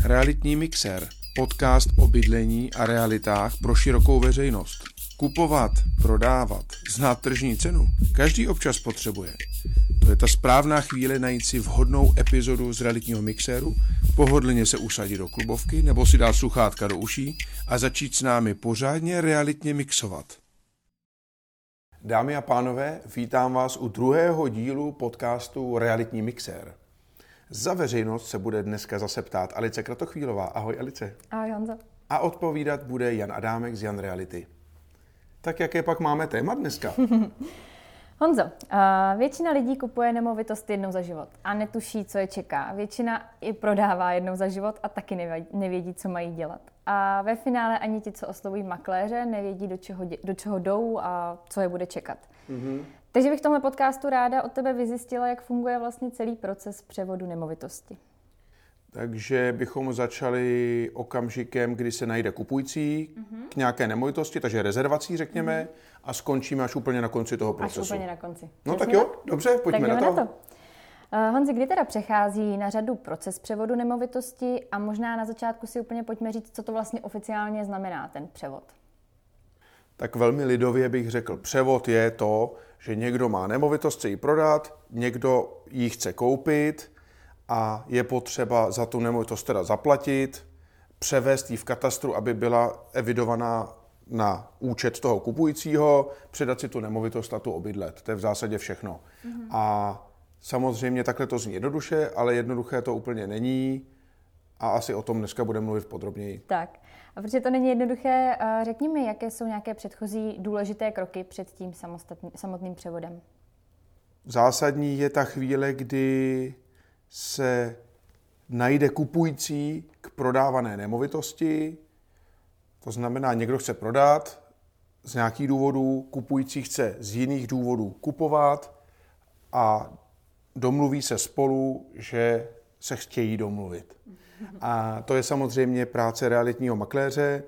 Realitní mixér, podcast o bydlení a realitách pro širokou veřejnost. Kupovat, prodávat, znát tržní cenu, každý občas potřebuje. To je ta správná chvíle najít si vhodnou epizodu z realitního mixéru, pohodlně se usadit do klubovky nebo si dát sluchátka do uší a začít s námi pořádně realitně mixovat. Dámy a pánové, vítám vás u druhého dílu podcastu Realitní mixér. Za veřejnost se bude dneska zase ptát Alice Kratochvílová. Ahoj Alice. Ahoj Honzo. A odpovídat bude Jan Adámek z Jan Reality. Tak jaké pak máme téma dneska? Honzo, většina lidí kupuje nemovitost jednou za život a netuší, co je čeká. Většina i prodává jednou za život a taky nevědí, co mají dělat. A ve finále ani ti, co oslovují makléře, nevědí, do čeho jdou a co je bude čekat. Mm-hmm. Takže bych v tomhle podcastu ráda od tebe vyzjistila, jak funguje vlastně celý proces převodu nemovitosti. Takže bychom začali okamžikem, kdy se najde kupující k nějaké nemovitosti, takže rezervací řekněme, a skončíme až úplně na konci toho procesu. Až úplně na konci. No tak jo, dobře, pojďme tak na to. Honzi, kdy teda přechází na řadu proces převodu nemovitosti a možná na začátku si úplně pojďme říct, co to vlastně oficiálně znamená ten převod. Tak velmi lidově bych řekl, převod je to, že někdo má nemovitost, chce ji prodat, někdo ji chce koupit a je potřeba za tu nemovitost teda zaplatit, převést ji v katastru, aby byla evidovaná na účet toho kupujícího, předat si tu nemovitost a tu obydlet. To je v zásadě všechno. Mm-hmm. A samozřejmě takhle to zní jednoduše, ale jednoduché to úplně není a asi o tom dneska budeme mluvit podrobněji. Tak. A protože to není jednoduché, řekni mi, jaké jsou nějaké předchozí důležité kroky před tím samotným převodem? Zásadní je ta chvíle, kdy se najde kupující k prodávané nemovitosti. To znamená, někdo chce prodat z nějakých důvodů, kupující chce z jiných důvodů kupovat a domluví se spolu, že se chtějí domluvit. A to je samozřejmě práce realitního makléře.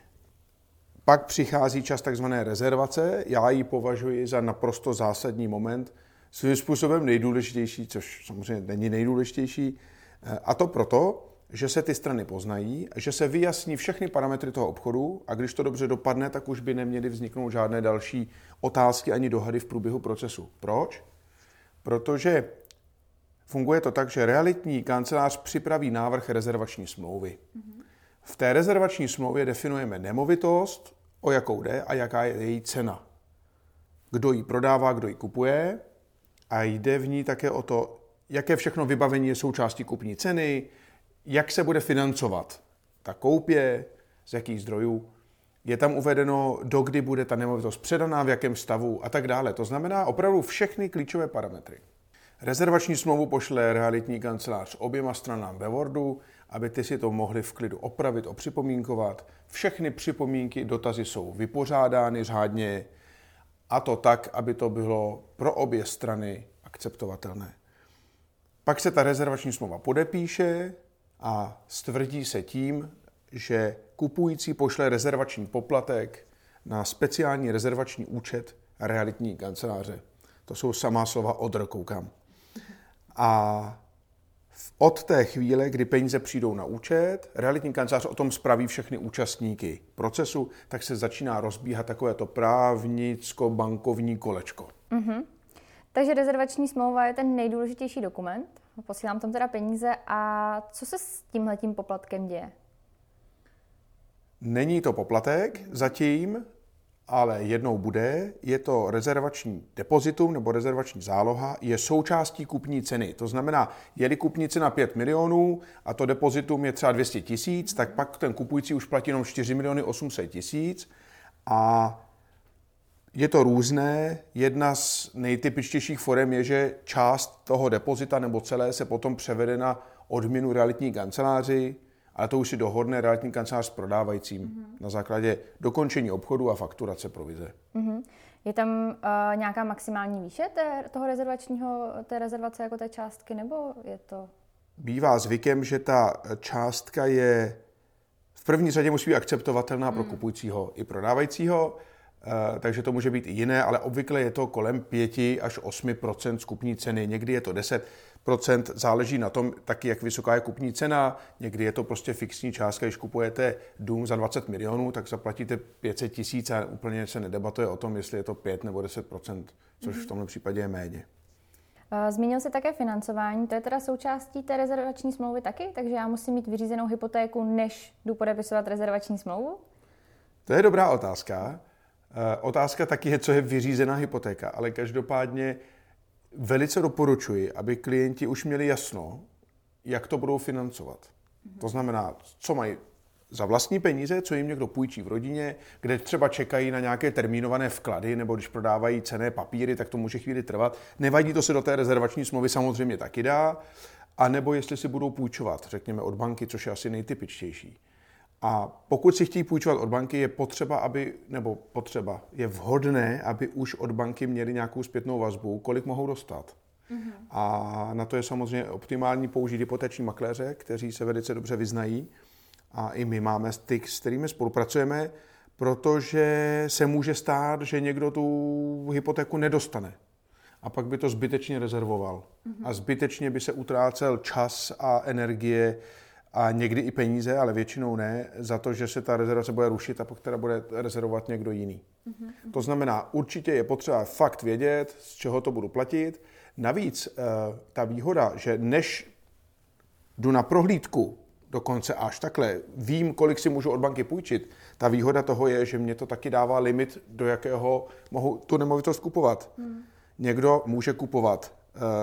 Pak přichází čas takzvané rezervace. Já ji považuji za naprosto zásadní moment, svým způsobem nejdůležitější, což samozřejmě není nejdůležitější. A to proto, že se ty strany poznají, že se vyjasní všechny parametry toho obchodu a když to dobře dopadne, tak už by neměly vzniknout žádné další otázky ani dohady v průběhu procesu. Proč? Protože funguje to tak, že realitní kancelář připraví návrh rezervační smlouvy. V té rezervační smlouvě definujeme nemovitost, o jakou jde a jaká je její cena. Kdo ji prodává, kdo ji kupuje a jde v ní také o to, jaké všechno vybavení je součástí kupní ceny, jak se bude financovat ta koupě, z jakých zdrojů. Je tam uvedeno, dokdy bude ta nemovitost předaná, v jakém stavu a tak dále. To znamená opravdu všechny klíčové parametry. Rezervační smlouvu pošle realitní kancelář oběma stranám ve Wordu, aby ty si to mohli v klidu opravit, opřipomínkovat. Všechny připomínky, dotazy jsou vypořádány řádně a to tak, aby to bylo pro obě strany akceptovatelné. Pak se ta rezervační smlouva podepíše a stvrdí se tím, že kupující pošle rezervační poplatek na speciální rezervační účet realitní kanceláře. To jsou samá slova od koukám. A od té chvíle, kdy peníze přijdou na účet, realitní kancelář o tom spraví všechny účastníky procesu, tak se začíná rozbíhat takovéto právnicko-bankovní kolečko. Mm-hmm. Takže rezervační smlouva je ten nejdůležitější dokument. Posílám tam teda peníze a co se s tímhletím poplatkem děje? Není to poplatek zatím, ale jednou bude. Je to rezervační depozitum nebo rezervační záloha, je součástí kupní ceny. To znamená, je-li kupní cena 5 milionů a to depozitum je třeba 200 000, tak pak ten kupující už platí jenom 4 800 000 a je to různé. Jedna z nejtypičtějších forem je, že část toho depozita nebo celé se potom převede na odměnu realitní kanceláři, ale to už si dohodne realitní kancelář s prodávajícím na základě dokončení obchodu a fakturace provize. Je tam nějaká maximální výše té rezervace jako té částky, nebo je to? Bývá zvykem, že ta částka je v první řadě musí být akceptovatelná pro kupujícího i prodávajícího, takže to může být i jiné, ale obvykle je to kolem 5 až 8% z kupní ceny, někdy je to 10. záleží na tom taky, jak vysoká je kupní cena. Někdy je to prostě fixní částka, když kupujete dům za 20 milionů, tak zaplatíte 500 tisíc a úplně se nedebatuje o tom, jestli je to 5 nebo 10%, což v tomhle případě je méně. Zmínil jsi také financování, to je teda součástí té rezervační smlouvy taky, takže já musím mít vyřízenou hypotéku, než jdu podepisovat rezervační smlouvu? To je dobrá otázka. Otázka taky je, co je vyřízená hypotéka, ale každopádně velice doporučuji, aby klienti už měli jasno, jak to budou financovat. To znamená, co mají za vlastní peníze, co jim někdo půjčí v rodině, kde třeba čekají na nějaké termínované vklady, nebo když prodávají cenné papíry, tak to může chvíli trvat. Nevadí, to se do té rezervační smlouvy samozřejmě taky dá, a nebo jestli si budou půjčovat, řekněme od banky, což je asi nejtypičtější. A pokud si chtějí půjčovat od banky, je vhodné, aby už od banky měli nějakou zpětnou vazbu, kolik mohou dostat. Mm-hmm. A na to je samozřejmě optimální použít hypoteční makléře, kteří se velice dobře vyznají. A i my máme ty, s kterými spolupracujeme, protože se může stát, že někdo tu hypotéku nedostane. A pak by to zbytečně rezervoval. Mm-hmm. A zbytečně by se utrácel čas a energie a někdy i peníze, ale většinou ne, za to, že se ta rezervace bude rušit a pak teda bude rezervovat někdo jiný. Mm-hmm. To znamená, určitě je potřeba fakt vědět, z čeho to budu platit. Navíc ta výhoda, že než jdu na prohlídku, dokonce až takhle, vím, kolik si můžu od banky půjčit, ta výhoda toho je, že mě to taky dává limit, do jakého mohu tu nemovitost kupovat. Někdo může kupovat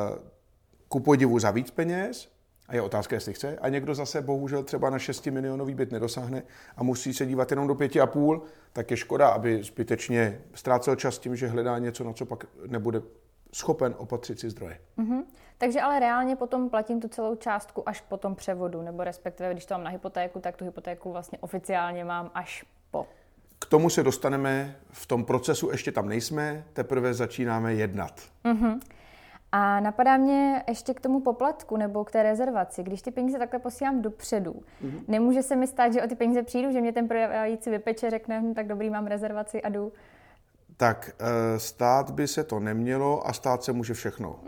ku podivu za víc peněz, a je otázka, jestli chce, a někdo zase bohužel třeba na 6 milionový byt nedosáhne a musí se dívat jenom do 5,5, tak je škoda, aby zbytečně ztrácel čas tím, že hledá něco, na co pak nebude schopen opatřit si zdroje. Mm-hmm. Takže ale reálně potom platím tu celou částku až po tom převodu, nebo respektive, když to mám na hypotéku, tak tu hypotéku vlastně oficiálně mám až po. K tomu se dostaneme, v tom procesu ještě tam nejsme, teprve začínáme jednat. Mm-hmm. A napadá mě ještě k tomu poplatku nebo k té rezervaci. Když ty peníze takhle posílám dopředu, nemůže se mi stát, že o ty peníze přijdu, že mě ten prodávající vypeče, řekne, tak dobrý, mám rezervaci a jdu. Tak stát by se to nemělo a stát se může všechno.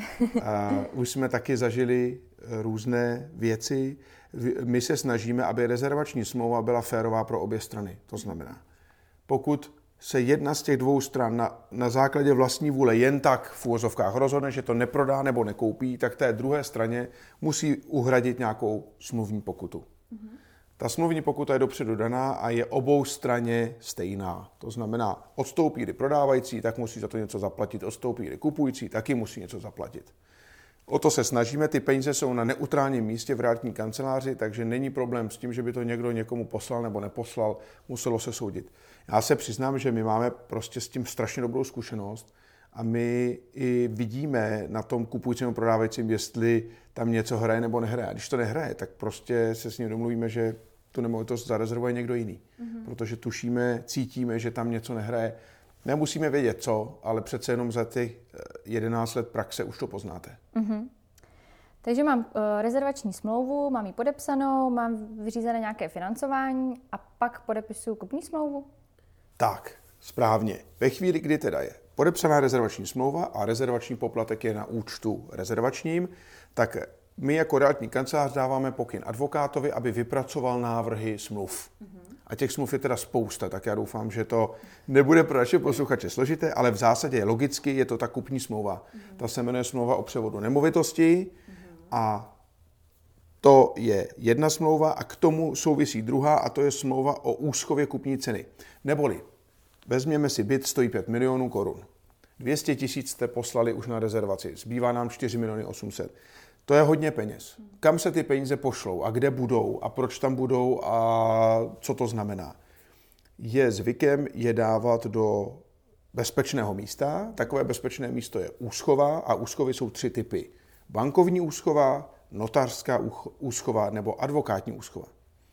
Už jsme taky zažili různé věci. My se snažíme, aby rezervační smlouva byla férová pro obě strany. To znamená, pokud se jedna z těch dvou stran na základě vlastní vůle jen tak v uvozovkách rozhodne, že to neprodá nebo nekoupí, tak té druhé straně musí uhradit nějakou smluvní pokutu. Mm-hmm. Ta smluvní pokuta je dopředu daná a je obou straně stejná. To znamená, odstoupí-li prodávající, tak musí za to něco zaplatit, odstoupí-li kupující, taky musí něco zaplatit. O to se snažíme, ty peníze jsou na neutrálním místě v realitní kanceláři, takže není problém s tím, že by to někdo někomu poslal nebo neposlal, muselo se soudit. Já se přiznám, že my máme prostě s tím strašně dobrou zkušenost a my i vidíme na tom kupujícím a prodávajícím, jestli tam něco hraje nebo nehraje. A když to nehraje, tak prostě se s ním domluvíme, že tu nemovitost zarezervuje někdo jiný. Mm-hmm. Protože tušíme, cítíme, že tam něco nehraje. Nemusíme vědět co, ale přece jenom za těch 11 let praxe už to poznáte. Mm-hmm. Takže mám rezervační smlouvu, mám ji podepsanou, mám vyřízené nějaké financování a pak podepisuju kupní smlouvu? Tak, správně. Ve chvíli, kdy teda je podepsaná rezervační smlouva a rezervační poplatek je na účtu rezervačním, tak my jako realitní kancelář dáváme pokyn advokátovi, aby vypracoval návrhy smluv. A těch smluv je teda spousta, tak já doufám, že to nebude pro naše posluchače složité, ale v zásadě logicky je to ta kupní smlouva. Ta se jmenuje smlouva o převodu nemovitosti a to je jedna smlouva a k tomu souvisí druhá a to je smlouva o úschově kupní ceny. Neboli vezměme si byt, stojí 5 milionů korun. 200 tisíc jste poslali už na rezervaci, zbývá nám 4 miliony 800. To je hodně peněz. Kam se ty peníze pošlou a kde budou a proč tam budou a co to znamená? Je zvykem je dávat do bezpečného místa. Takové bezpečné místo je úschova a úschovy jsou 3 typy. Bankovní úschova, notářská úschova nebo advokátní úschova.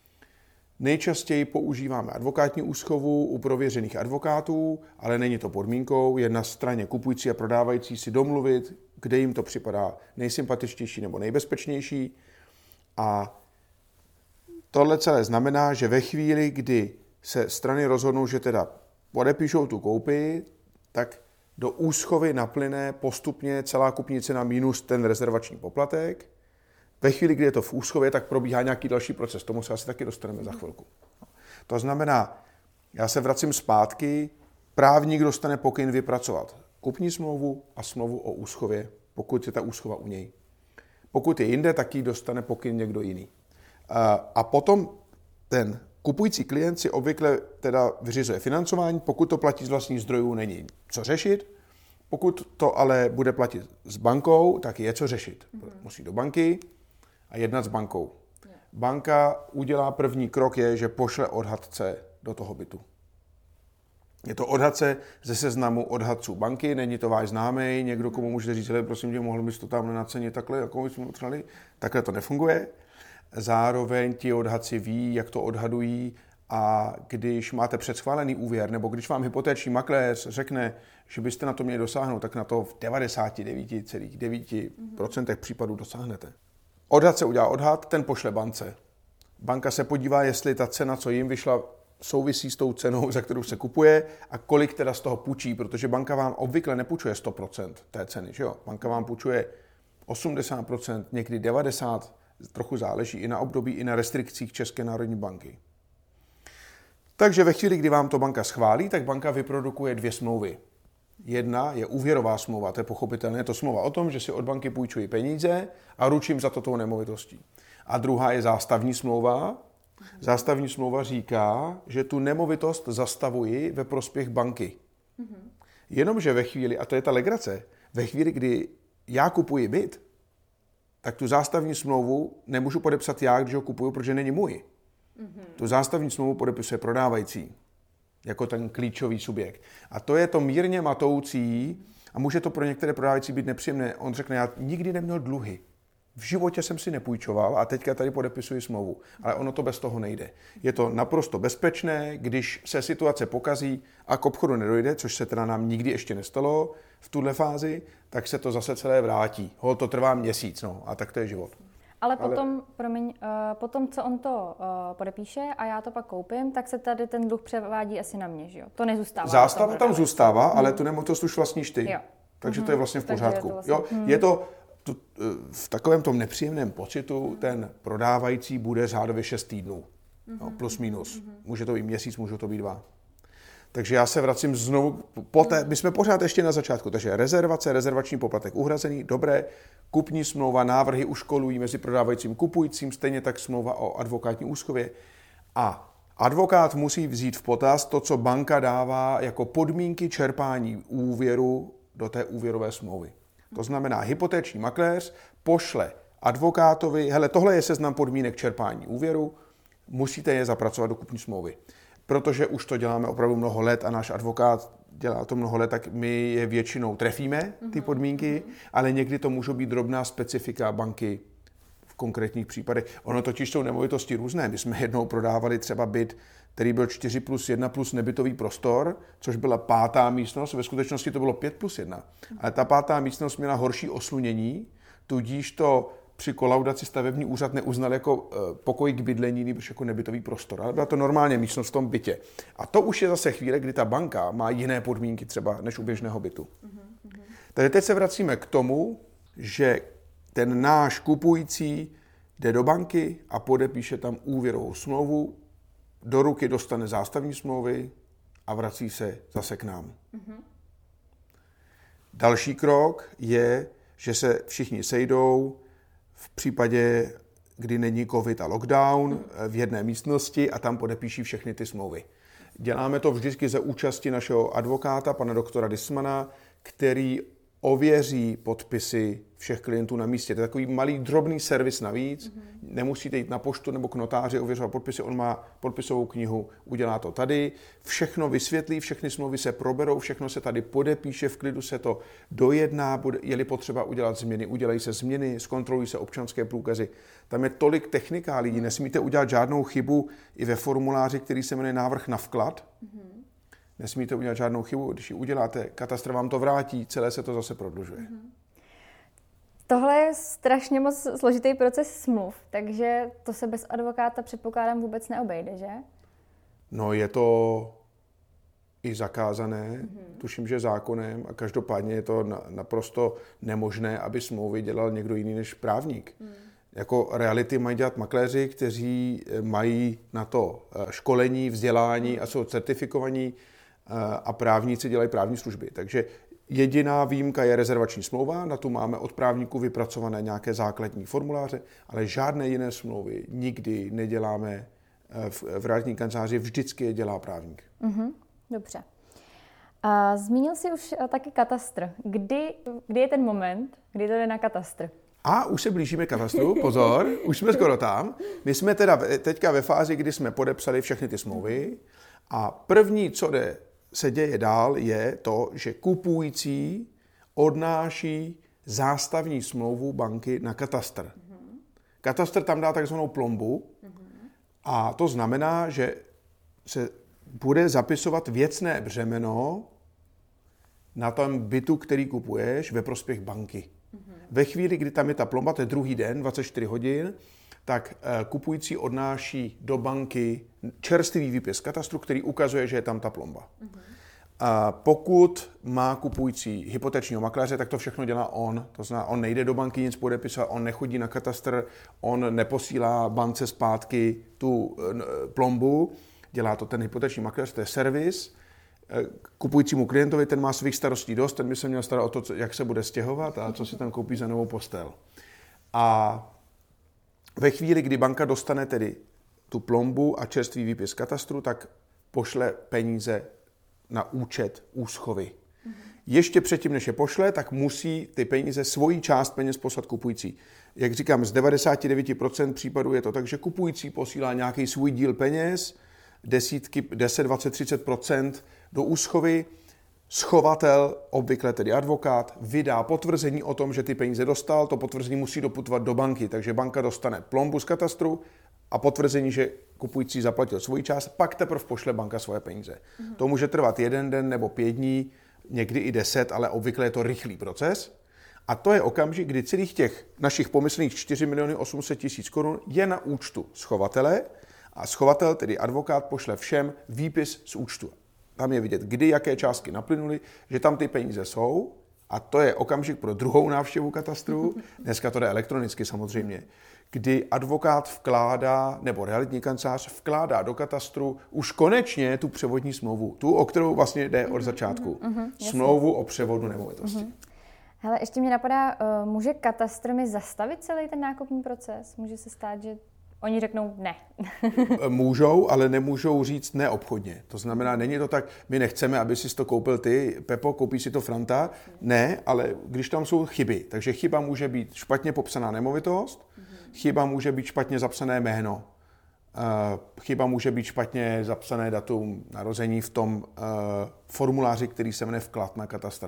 Nejčastěji používáme advokátní úschovu u prověřených advokátů, ale není to podmínkou. Je na straně kupující a prodávající si domluvit, kde jim to připadá nejsympatičtější nebo nejbezpečnější. A tohle celé znamená, že ve chvíli, kdy se strany rozhodnou, že teda podepíšou tu koupi, tak do úschovy naplyne postupně celá kupní cena minus ten rezervační poplatek. Ve chvíli, kdy je to v úschově, tak probíhá nějaký další proces. Tomu se asi taky dostaneme za chvilku. To znamená, já se vracím zpátky, právník dostane pokyn vypracovat kupní smlouvu a smlouvu o úschově, pokud je ta úschova u něj. Pokud je jinde, tak ji dostane pokyn někdo jiný. A potom ten kupující klient si obvykle teda vyřizuje financování, pokud to platí z vlastních zdrojů, není co řešit. Pokud to ale bude platit s bankou, tak je co řešit. Musí do banky a jednat s bankou. Banka udělá první krok, že pošle odhadce do toho bytu. Je to odhadce ze seznamu odhadců banky, není to váš známý, někdo, komu můžete říct, ale prosím tě, mohl bys to tam nacenit takhle, jako jsme potřebovali. Takhle to nefunguje. Zároveň ti odhadci ví, jak to odhadují, a když máte předschválený úvěr, nebo když vám hypotéční makléř řekne, že byste na to měli dosáhnout, tak na to v 99,9% případů dosáhnete. Odhadce udělá odhad, ten pošle bance. Banka se podívá, jestli ta cena, co jim vyšla, souvisí s tou cenou, za kterou se kupuje, a kolik teda z toho půjčí, protože banka vám obvykle nepůjčuje 100% té ceny, že jo? Banka vám půjčuje 80%, někdy 90%, trochu záleží i na období, i na restrikcích České národní banky. Takže ve chvíli, kdy vám to banka schválí, tak banka vyprodukuje 2 smlouvy. Jedna je úvěrová smlouva, to je pochopitelné, je to smlouva o tom, že si od banky půjčuji peníze a ručím za to tou nemovitostí. A druhá je zástavní smlouva. Zástavní smlouva říká, že tu nemovitost zastavuji ve prospěch banky. Jenomže ve chvíli, a to je ta legrace, ve chvíli, kdy já kupuji byt, tak tu zástavní smlouvu nemůžu podepsat já, když ho kupuju, protože není můj. Tu zástavní smlouvu podepisuje prodávající, jako ten klíčový subjekt. A to je to mírně matoucí a může to pro některé prodávající být nepříjemné. On řekne, já nikdy neměl dluhy. V životě jsem si nepůjčoval a teďka tady podepisuji smlouvu. Ale ono to bez toho nejde. Je to naprosto bezpečné, když se situace pokazí a k obchodu nedojde, což se teda nám nikdy ještě nestalo v tuhle fázi, tak se to zase celé vrátí. To trvá měsíc, a tak to je život. Ale potom, co on to podepíše a já to pak koupím, tak se tady ten dluh převádí asi na mě, že jo? To nezůstává. Zástava tam zůstává, ale tu nemovitost už vlastníš ty. Jo. Takže to je vlastně v pořádku. Je to v takovém tom nepříjemném pocitu, ten prodávající bude řádově 6 týdnů. Plus minus. Může to být měsíc, může to být 2. Takže já se vracím znovu, my jsme pořád ještě na začátku, takže rezervace, rezervační poplatek uhrazený, dobré, kupní smlouva, návrhy uškolují mezi prodávajícím a kupujícím, stejně tak smlouva o advokátní úschově. A advokát musí vzít v potaz to, co banka dává jako podmínky čerpání úvěru do té úvěrové smlouvy. To znamená, hypotéční makléř pošle advokátovi, hele, tohle je seznam podmínek čerpání úvěru, musíte je zapracovat do kupní smlouvy. Protože už to děláme opravdu mnoho let a náš advokát dělá to mnoho let, tak my je většinou trefíme, ty podmínky, ale někdy to můžou být drobná specifika banky v konkrétních případech. Ono totiž jsou nemovitosti různé. My jsme jednou prodávali třeba byt, který byl 4+1 plus nebytový prostor, což byla 5. místnost, ve skutečnosti to bylo 5+1. Ale ta 5. místnost měla horší oslunění, tudíž to při kolaudaci stavební úřad neuznal jako pokoj k bydlení, nebo jako nebytový prostor, ale byla to normálně místnost v tom bytě. A to už je zase chvíle, kdy ta banka má jiné podmínky třeba než u běžného bytu. Takže teď se vracíme k tomu, že ten náš kupující jde do banky a podepíše tam úvěrovou smlouvu, do ruky dostane zástavní smlouvy a vrací se zase k nám. Další krok je, že se všichni sejdou v případě, kdy není covid a lockdown, v jedné místnosti a tam podepíší všechny ty smlouvy. Děláme to vždycky za účasti našeho advokáta, pana doktora Dismana, který ověří podpisy všech klientů na místě. To je takový malý drobný servis navíc. Nemusíte jít na poštu nebo k notáři ověřovat podpisy, on má podpisovou knihu, udělá to tady. Všechno vysvětlí, všechny smlouvy se proberou, všechno se tady podepíše, v klidu se to dojedná, je-li potřeba udělat změny, udělají se změny, zkontrolují se občanské průkazy. Tam je tolik technikálí, nesmíte udělat žádnou chybu i ve formuláři, který se jmenuje návrh na vklad. Nesmíte udělat žádnou chybu, když ji uděláte, katastr vám to vrátí, celé se to zase prodlužuje. Tohle je strašně moc složitý proces smluv, takže to se bez advokáta předpokládám vůbec neobejde, že? No je to i zakázané, tuším, že zákonem, a každopádně je to naprosto nemožné, aby smlouvy dělal někdo jiný než právník. Jako reality mají dělat makléři, kteří mají na to školení, vzdělání a jsou certifikovaní, a právníci dělají právní služby. Takže jediná výjimka je rezervační smlouva, na tu máme od právníků vypracované nějaké základní formuláře, ale žádné jiné smlouvy nikdy neděláme v realitní kanceláři, vždycky je dělá právník. Dobře. A zmínil jsi už taky katastr. Kdy je ten moment, kdy to jde na katastr? A už se blížíme katastru, pozor, už jsme skoro tam. My jsme teda teďka ve fázi, kdy jsme podepsali všechny ty smlouvy a první, co se děje dál, je to, že kupující odnáší zástavní smlouvu banky na katastr. Katastr tam dá takzvanou plombu a to znamená, že se bude zapisovat věcné břemeno na tom bytu, který kupuješ, ve prospěch banky. Ve chvíli, kdy tam je ta plomba, to je druhý den, 24 hodin, tak kupující odnáší do banky čerstvý výpis katastru, který ukazuje, že je tam ta plomba. A pokud má kupující hypotečního makléře, tak to všechno dělá on. To znamená, on nejde do banky nic podepisovat, on nechodí na katastr, on neposílá bance zpátky tu plombu, dělá to ten hypoteční makléř, to je servis. Kupujícímu klientovi, ten má svých starostí dost, ten by se měl starat o to, jak se bude stěhovat a co si tam koupí za novou postel. A ve chvíli, kdy banka dostane tedy tu plombu a čerstvý výpis katastru, tak pošle peníze na účet úschovy. Ještě předtím, než je pošle, tak musí ty peníze, svoji část peněz poslat kupující. Jak říkám, z 99% případů je to tak, že kupující posílá nějaký svůj díl peněz, 10, 20, 30% do úschovy, schovatel, obvykle tedy advokát, vydá potvrzení o tom, že ty peníze dostal, to potvrzení musí doputovat do banky, takže banka dostane plombu z katastru a potvrzení, že kupující zaplatil svoji část, pak teprve pošle banka svoje peníze. To může trvat 1 den nebo 5 dní, někdy i 10, ale obvykle je to rychlý proces. A to je okamžik, kdy celých těch našich pomyslných 4 800 000 korun je na účtu schovatele a schovatel, tedy advokát, pošle všem výpis z účtu. Tam je vidět, kdy jaké částky naplynuly, že tam ty peníze jsou a to je okamžik pro druhou návštěvu katastru. Dneska to jde elektronicky samozřejmě, kdy advokát vkládá, nebo realitní kancelář vkládá do katastru už konečně tu převodní smlouvu, tu, o kterou vlastně jde od začátku. Smlouvu o převodu nemovitosti. Hele, ještě mě napadá, může katastr mi zastavit celý ten nákupní proces? Může se stát, že oni řeknou ne. Můžou, ale nemůžou říct neobchodně. To znamená, není to tak, my nechceme, aby si to koupil ty, Pepo, koupí si to Franta. Ne, ale když tam jsou chyby, takže chyba může být špatně popsaná nemovitost, chyba může být špatně zapsané jméno, chyba může být špatně zapsané datum narození v tom formuláři, který se jmenuje vklad na katastr.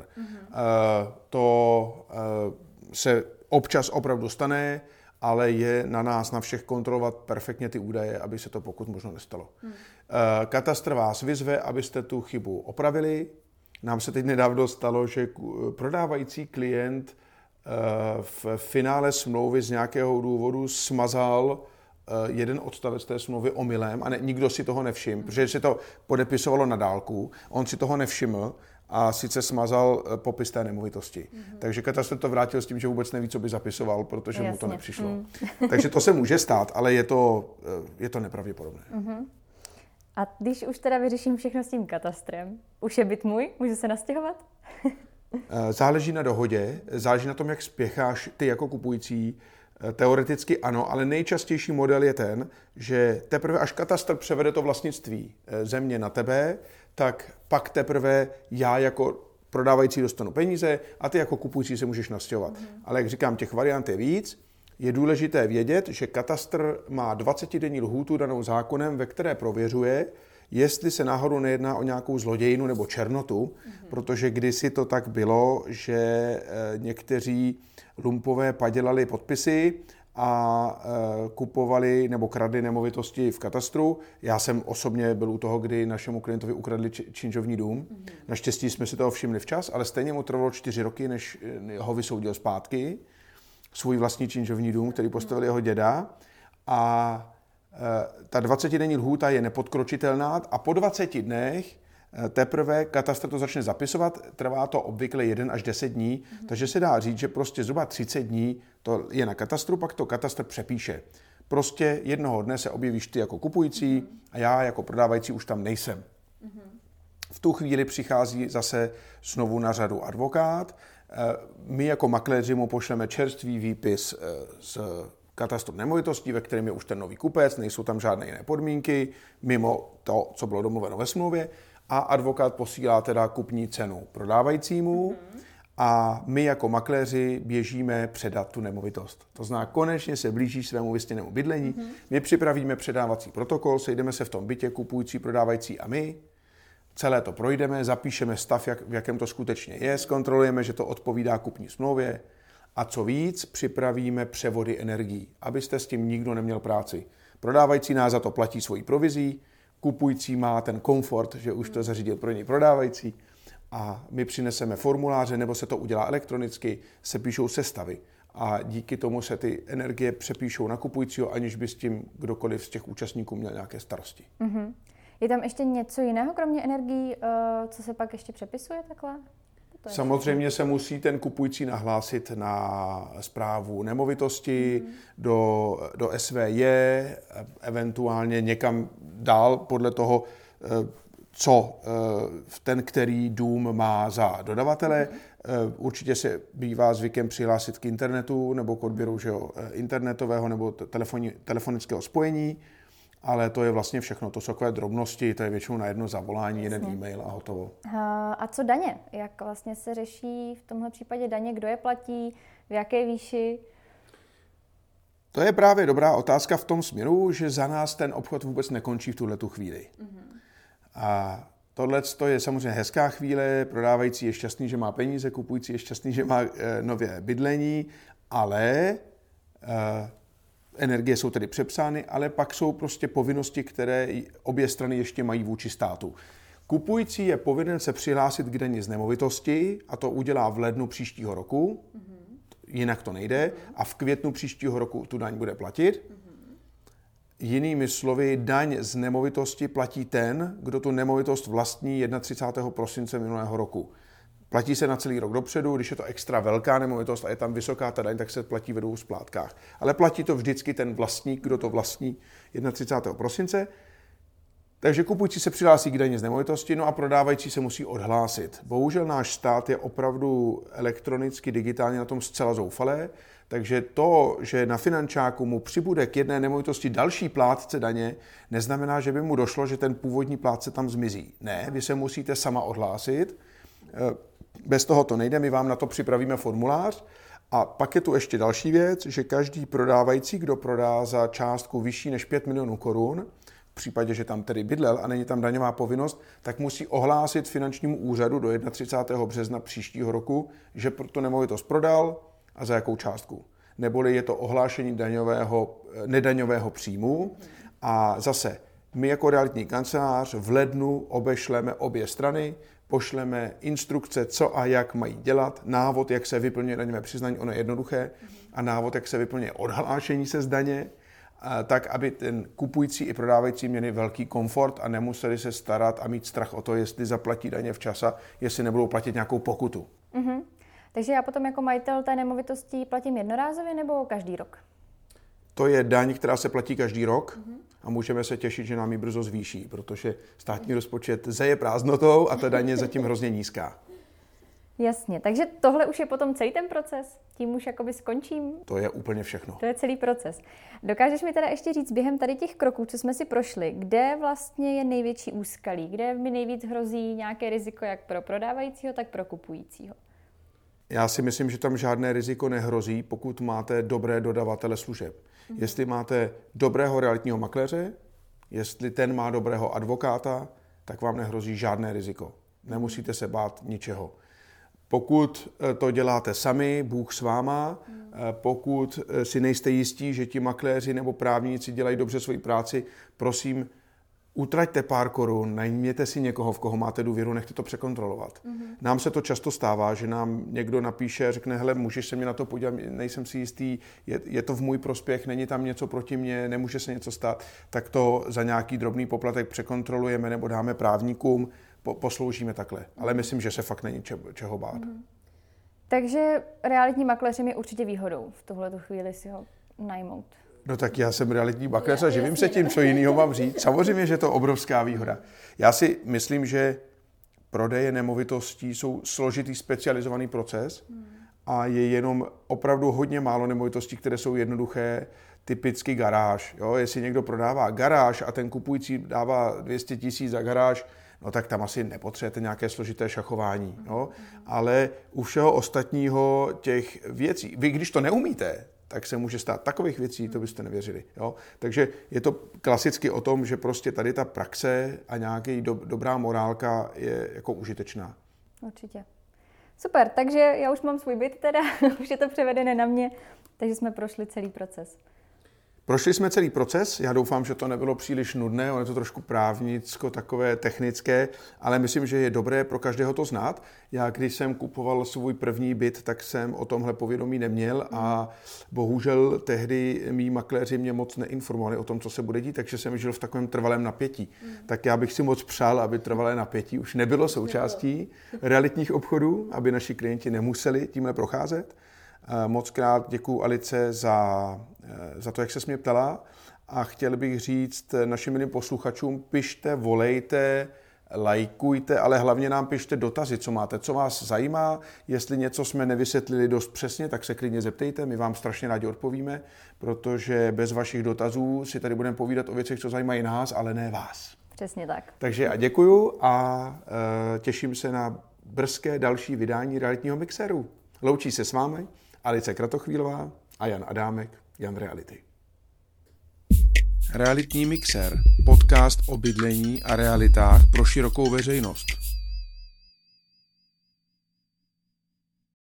To se občas opravdu stane, ale je na nás, na všech kontrolovat perfektně ty údaje, aby se to pokud možno nestalo. Katastr vás vyzve, abyste tu chybu opravili. Nám se teď nedávno stalo, že prodávající klient v finále smlouvy z nějakého důvodu smazal jeden odstavec té smlouvy omylem a nikdo si toho nevšiml, protože si to podepisovalo na dálku, on si toho nevšiml a sice smazal popis té nemovitosti. Takže katastr to vrátil s tím, že vůbec neví, co by zapisoval, protože mu to nepřišlo. Takže to se může stát, ale je to nepravděpodobné. A když už teda vyřeším všechno s tím katastrem, už je byt můj? Můžu se nastěhovat? Záleží na dohodě, záleží na tom, jak spěcháš ty jako kupující. Teoreticky ano, ale nejčastější model je ten, že teprve až katastr převede to vlastnictví země na tebe, tak pak teprve já jako prodávající dostanu peníze a ty jako kupující se můžeš nastěhovat. Ale jak říkám, těch variant je víc. Je důležité vědět, že katastr má 20denní lhůtu danou zákonem, ve které prověřuje, jestli se náhodou nejedná o nějakou zlodějinu nebo černotu, protože kdysi to tak bylo, že někteří lumpové padělali podpisy a kupovali nebo kradli nemovitosti v katastru. Já jsem osobně byl u toho, kdy našemu klientovi ukradli činžovní dům. Naštěstí jsme si toho všimli včas, ale stejně mu trvalo 4 roky, než ho vysoudil zpátky. Svůj vlastní činžovní dům, který postavil jeho děda. A ta 20denní lhůta je nepodkročitelná a po 20 dnech Teprve katastr to začne zapisovat, trvá to obvykle 1 až 10 dní, takže se dá říct, že prostě zhruba 30 dní to je na katastru, pak to katastr přepíše. Prostě jednoho dne se objevíš ty jako kupující a já jako prodávající už tam nejsem. V tu chvíli přichází zase znovu na řadu advokát. My jako makléři mu pošleme čerstvý výpis z katastru nemovitostí, ve kterém je už ten nový kupec, nejsou tam žádné jiné podmínky, mimo to, co bylo domluveno ve smlouvě, a advokát posílá teda kupní cenu prodávajícímu a my jako makléři běžíme předat tu nemovitost. To znamená, konečně se blížíš svému vysněnému bydlení, my připravíme předávací protokol, sejdeme se v tom bytě, kupující, prodávající a my, celé to projdeme, zapíšeme stav, v jakém to skutečně je, zkontrolujeme, že to odpovídá kupní smlouvě a co víc, připravíme převody energií, abyste s tím nikdo neměl práci. Prodávající nás za to platí svojí provizí, kupující má ten komfort, že už to zařídil pro něj prodávající a my přineseme formuláře, nebo se to udělá elektronicky, se píšou sestavy a díky tomu se ty energie přepíšou na kupujícího, aniž by s tím kdokoliv z těch účastníků měl nějaké starosti. Mm-hmm. Je tam ještě něco jiného, kromě energií, co se pak ještě přepisuje takhle? Samozřejmě se musí ten kupující nahlásit na správu nemovitosti, do SVJ, eventuálně někam dál podle toho, co ten, který dům má za dodavatele. Určitě se bývá zvykem přihlásit k internetu nebo k odběru internetového nebo telefonického spojení. Ale to je vlastně všechno, to jsou takové drobnosti, to je většinou na jedno zavolání, jeden e-mail a hotovo. A co daně? Jak vlastně se řeší v tomhle případě daně, kdo je platí, v jaké výši? To je právě dobrá otázka v tom směru, že za nás ten obchod vůbec nekončí v tuhletu chvíli. A tohle je samozřejmě hezká chvíle, prodávající je šťastný, že má peníze, kupující je šťastný, že má nové bydlení, ale energie jsou tedy přepsány, ale pak jsou prostě povinnosti, které obě strany ještě mají vůči státu. Kupující je povinen se přihlásit k dani z nemovitosti a to udělá v lednu příštího roku, jinak to nejde, a v květnu příštího roku tu daň bude platit. Jinými slovy, daň z nemovitosti platí ten, kdo tu nemovitost vlastní 31. prosince minulého roku. Platí se na celý rok dopředu, když je to extra velká nemovitost a je tam vysoká ta daň, tak se platí ve 2 splátkách. Ale platí to vždycky ten vlastník, kdo to vlastní 31. prosince. Takže kupující se přihlásí k dani z nemovitosti, no a prodávající se musí odhlásit. Bohužel náš stát je opravdu elektronicky, digitálně na tom zcela zoufalé, takže to, že na finančáku mu přibude k jedné nemovitosti další plátce daně, neznamená, že by mu došlo, že ten původní plátce tam zmizí. Ne, vy se musíte sama odhlásit. Bez toho to nejde, my vám na to připravíme formulář. A pak je tu ještě další věc, že každý prodávající, kdo prodá za částku vyšší než 5 milionů korun, v případě, že tam tedy bydlel a není tam daňová povinnost, tak musí ohlásit finančnímu úřadu do 31. března příštího roku, že tu nemovitost prodal a za jakou částku. Neboli je to ohlášení nedaňového příjmu. A zase my jako realitní kancelář v lednu obešleme obě strany, pošleme instrukce, co a jak mají dělat, návod, jak se vyplňuje daňové přiznání, ono je jednoduché, a návod, jak se vyplňuje odhlášení se z daně, tak, aby ten kupující i prodávající měli velký komfort a nemuseli se starat a mít strach o to, jestli zaplatí daně včas a jestli nebudou platit nějakou pokutu. Mm-hmm. Takže já potom jako majitel té nemovitosti platím jednorázově nebo každý rok? To je daň, která se platí každý rok a můžeme se těšit, že nám ji brzo zvýší, protože státní rozpočet zeje prázdnotou a ta daň je zatím hrozně nízká. Jasně, takže tohle už je potom celý ten proces? Tím už jakoby skončím? To je úplně všechno. To je celý proces. Dokážeš mi teda ještě říct během tady těch kroků, co jsme si prošli, kde vlastně je největší úskalí, kde mi nejvíc hrozí nějaké riziko jak pro prodávajícího, tak pro kupujícího? Já si myslím, že tam žádné riziko nehrozí, pokud máte dobré dodavatele služeb. Jestli máte dobrého realitního makléře, jestli ten má dobrého advokáta, tak vám nehrozí žádné riziko. Nemusíte se bát ničeho. Pokud to děláte sami, Bůh s váma, pokud si nejste jistí, že ti makléři nebo právníci dělají dobře svoji práci, prosím, utraťte pár korun, najměte si někoho, v koho máte důvěru, nechte to překontrolovat. Nám se to často stává, že nám někdo napíše, řekne, hele, můžeš se mě na to podívat, nejsem si jistý, je to v můj prospěch, není tam něco proti mně, nemůže se něco stát, tak to za nějaký drobný poplatek překontrolujeme nebo dáme právníkům. posloužíme takhle. Ale myslím, že se fakt není čeho bát. Takže realitní makléřem je určitě výhodou v tuhletu chvíli si ho najmout. No tak já jsem realitní makléř a živím se tím, co jiného mám říct. Samozřejmě, že to je obrovská výhoda. Já si myslím, že prodeje nemovitostí jsou složitý specializovaný proces a je jenom opravdu hodně málo nemovitostí, které jsou jednoduché, typicky garáž. Jo? Jestli někdo prodává garáž a ten kupující dává 200 000 za garáž, no tak tam asi nepotřebujete nějaké složité šachování. Jo? Ale u všeho ostatního těch věcí, vy když to neumíte, tak se může stát takových věcí, to byste nevěřili. Jo? Takže je to klasicky o tom, že prostě tady ta praxe a nějaký dobrá morálka je jako užitečná. Určitě. Super, takže já už mám svůj byt teda, už je to převedené na mě, takže jsme prošli celý proces. Prošli jsme celý proces, já doufám, že to nebylo příliš nudné, ono je to trošku právnicko, takové technické, ale myslím, že je dobré pro každého to znát. Já když jsem kupoval svůj první byt, tak jsem o tomhle povědomí neměl a bohužel tehdy mý makléři mě moc neinformovali o tom, co se bude dít, takže jsem žil v takovém trvalém napětí. Tak já bych si moc přál, aby trvalé napětí už nebylo součástí realitních obchodů, aby naši klienti nemuseli tímhle procházet. Moc krát děkuju Alice za to, jak se mě ptala a chtěl bych říct našim milým posluchačům, pište, volejte, lajkujte, ale hlavně nám pište dotazy, co máte, co vás zajímá. Jestli něco jsme nevysvětlili dost přesně, tak se klidně zeptejte, my vám strašně rádi odpovíme, protože bez vašich dotazů si tady budeme povídat o věcech, co zajímají nás, ale ne vás. Přesně tak. Takže a děkuju a těším se na brzké další vydání realitního mixéru. Loučí se s vámi Alice Kratochvílová a Jan Adámek, Jan Reality. Realitní mixér, podcast o bydlení a realitách pro širokou veřejnost.